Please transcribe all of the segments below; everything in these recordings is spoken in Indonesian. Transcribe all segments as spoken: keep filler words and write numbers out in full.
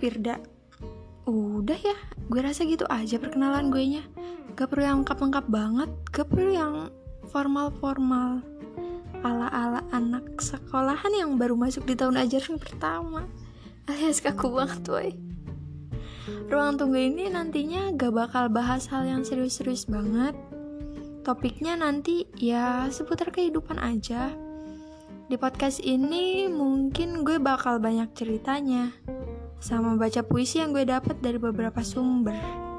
Firda. Udah ya, gue rasa gitu aja perkenalan gue nya. Gak perlu yang lengkap-lengkap banget, gak perlu yang formal-formal ala-ala anak sekolahan yang baru masuk di tahun ajaran pertama, alias kaku banget woy. Ruang tunggu ini nantinya gak bakal bahas hal yang serius-serius banget. Topiknya nanti ya seputar kehidupan aja. Di podcast ini mungkin gue bakal banyak ceritanya, sama baca puisi yang gue dapat dari beberapa sumber.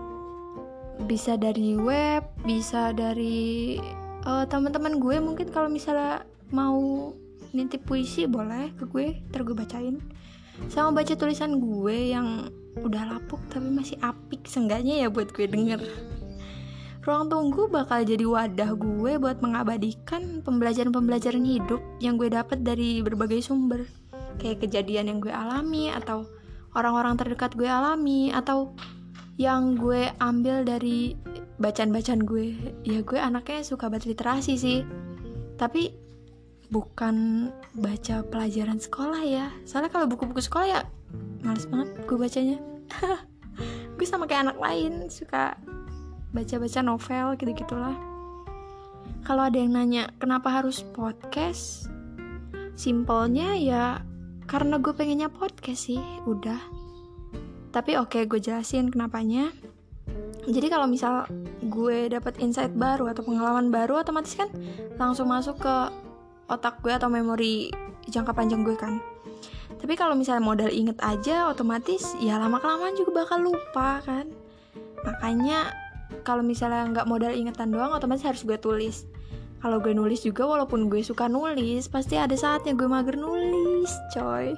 Bisa dari web, bisa dari uh, teman-teman gue. Mungkin kalau misalnya mau nitip puisi boleh ke gue, ntar gue bacain. Sama baca tulisan gue yang udah lapuk tapi masih apik seenggaknya ya buat gue denger. Ruang tunggu bakal jadi wadah gue buat mengabadikan pembelajaran-pembelajaran hidup yang gue dapat dari berbagai sumber. Kayak kejadian yang gue alami, atau orang-orang terdekat gue alami, atau yang gue ambil dari bacaan-bacaan gue. Ya gue anaknya suka baca literasi sih, tapi bukan baca pelajaran sekolah ya. Soalnya kalau buku-buku sekolah ya males banget gue bacanya. Gue sama kayak anak lain, suka baca-baca novel gitu-gitulah. Kalau ada yang nanya kenapa harus podcast, simpelnya ya karena gue pengennya podcast sih, udah. Tapi oke, gue jelasin kenapanya. Jadi kalau misal gue dapat insight baru atau pengalaman baru, otomatis kan langsung masuk ke otak gue atau memori jangka panjang gue kan. Tapi kalau misalnya modal inget aja, otomatis ya lama-kelamaan juga bakal lupa kan. Makanya kalau misalnya nggak modal ingetan doang, otomatis harus gue tulis. Kalau gue nulis juga, walaupun gue suka nulis, pasti ada saatnya gue mager nulis, coy.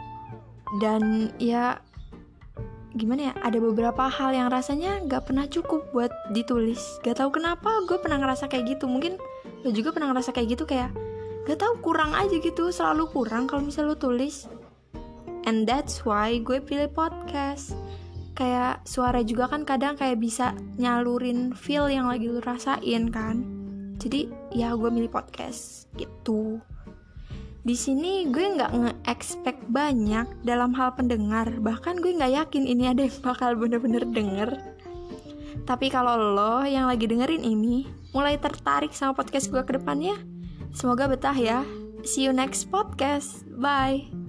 Dan ya gimana ya, ada beberapa hal yang rasanya gak pernah cukup buat ditulis. Gak tahu kenapa gue pernah ngerasa kayak gitu. Mungkin lo juga pernah ngerasa kayak gitu, kayak gak tahu kurang aja gitu, selalu kurang kalau misalnya lo tulis. And that's why gue pilih podcast. Kayak suara juga kan kadang kayak bisa nyalurin feel yang lagi lo rasain kan. Jadi ya gue milih podcast gitu. Di sini gue nggak nge-expect banyak dalam hal pendengar, bahkan gue nggak yakin ini ada yang bakal bener-bener denger. Tapi kalau lo yang lagi dengerin ini mulai tertarik sama podcast gue ke depannya, semoga betah ya. See you next podcast. Bye.